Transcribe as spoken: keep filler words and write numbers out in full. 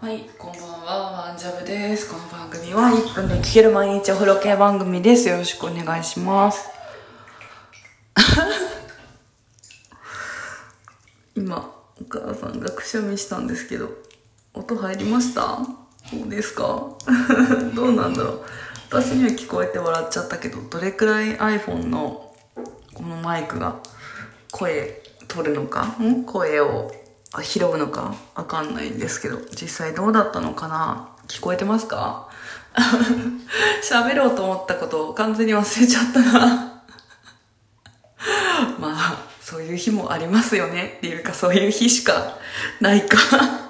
はい、こんばんは、ワンジャブです。この番組はいっぷんで聴ける毎日お風呂系番組です。よろしくお願いします。今、お母さんがくしゃみしたんですけど、音入りました？どうですか？どうなんだろう。私には聞こえて笑っちゃったけど、どれくらい iPhone のこのマイクが声取るのか、ん声を拾うのかわかんないんですけど、実際どうだったのかな？聞こえてますか？喋ろうと思ったことを完全に忘れちゃったな。まあそういう日もありますよねっていうか、そういう日しかないか。